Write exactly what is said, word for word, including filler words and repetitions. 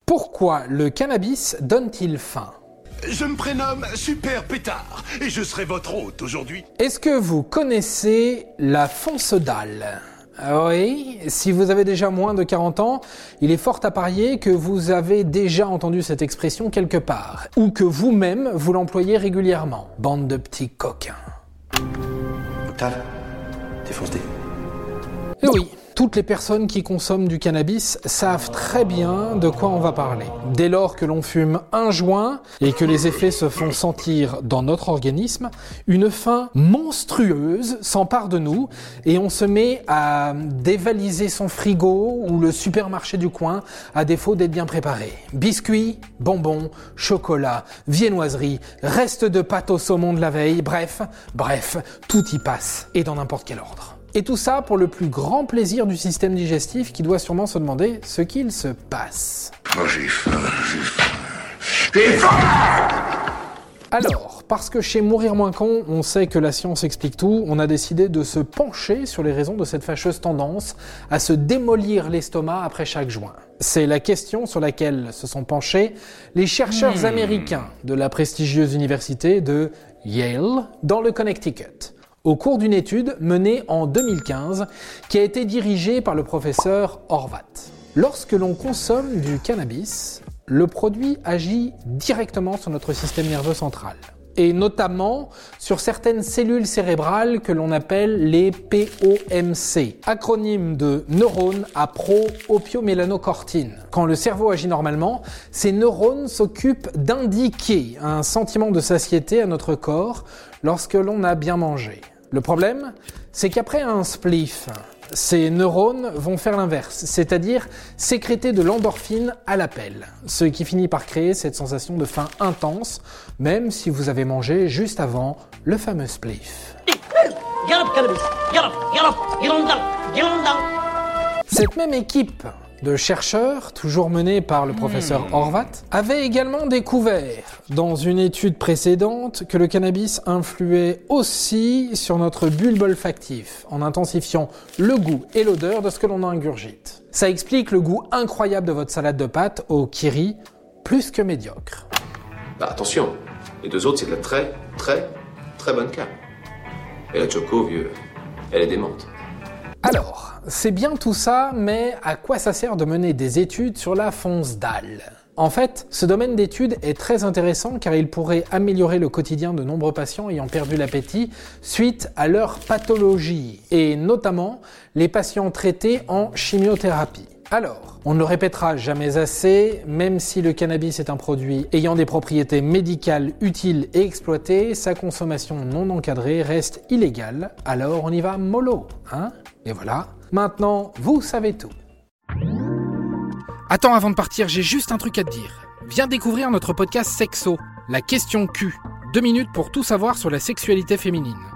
Pourquoi le cannabis donne-t-il faim ? Je me prénomme Super Pétard et je serai votre hôte aujourd'hui. Est-ce que vous connaissez la fonce dalle ? Oui, si vous avez déjà moins de quarante ans, il est fort à parier que vous avez déjà entendu cette expression quelque part, ou que vous-même vous l'employez régulièrement. Bande de petits coquins. Octave, t'es foncé. Et oui, toutes les personnes qui consomment du cannabis savent très bien de quoi on va parler. Dès lors que l'on fume un joint et que les effets se font sentir dans notre organisme, une faim monstrueuse s'empare de nous et on se met à dévaliser son frigo ou le supermarché du coin à défaut d'être bien préparé. Biscuits, bonbons, chocolat, viennoiseries, restes de pâte au saumon de la veille, bref, bref, tout y passe et dans n'importe quel ordre. Et tout ça pour le plus grand plaisir du système digestif qui doit sûrement se demander ce qu'il se passe. Oh, j'ai faim, j'ai faim, j'ai faim. Alors, parce que chez Mourir Moins Con, on sait que la science explique tout, on a décidé de se pencher sur les raisons de cette fâcheuse tendance à se démolir l'estomac après chaque joint. C'est la question sur laquelle se sont penchés les chercheurs mmh. américains de la prestigieuse université de Yale dans le Connecticut, au cours d'une étude menée en deux mille quinze qui a été dirigée par le professeur Horvat. Lorsque l'on consomme du cannabis, le produit agit directement sur notre système nerveux central, et notamment sur certaines cellules cérébrales que l'on appelle les P O M C, acronyme de neurones à pro-opiomélanocortine. Quand le cerveau agit normalement, ces neurones s'occupent d'indiquer un sentiment de satiété à notre corps lorsque l'on a bien mangé. Le problème, c'est qu'après un spliff, ces neurones vont faire l'inverse, c'est-à-dire sécréter de l'endorphine à l'appel, ce qui finit par créer cette sensation de faim intense, même si vous avez mangé juste avant le fameux spliff. Cette même équipe de chercheurs, toujours menée par le professeur mmh. Horvat, avait également découvert, dans une étude précédente, que le cannabis influait aussi sur notre bulbe olfactif, en intensifiant le goût et l'odeur de ce que l'on ingurgite. Ça explique le goût incroyable de votre salade de pâtes au kiri, plus que médiocre. Bah attention, les deux autres c'est de la très, très, très bonne cam. Et la choco, vieux, elle est démente. Alors, c'est bien tout ça, mais à quoi ça sert de mener des études sur la fonce dalle ? En fait, ce domaine d'étude est très intéressant car il pourrait améliorer le quotidien de nombreux patients ayant perdu l'appétit suite à leur pathologie, et notamment les patients traités en chimiothérapie. Alors, on ne le répétera jamais assez, même si le cannabis est un produit ayant des propriétés médicales utiles et exploitées, sa consommation non encadrée reste illégale, alors on y va mollo, hein ? Et voilà, maintenant, vous savez tout. Attends, avant de partir, j'ai juste un truc à te dire. Viens découvrir notre podcast Sexo, la question Q. Deux minutes pour tout savoir sur la sexualité féminine.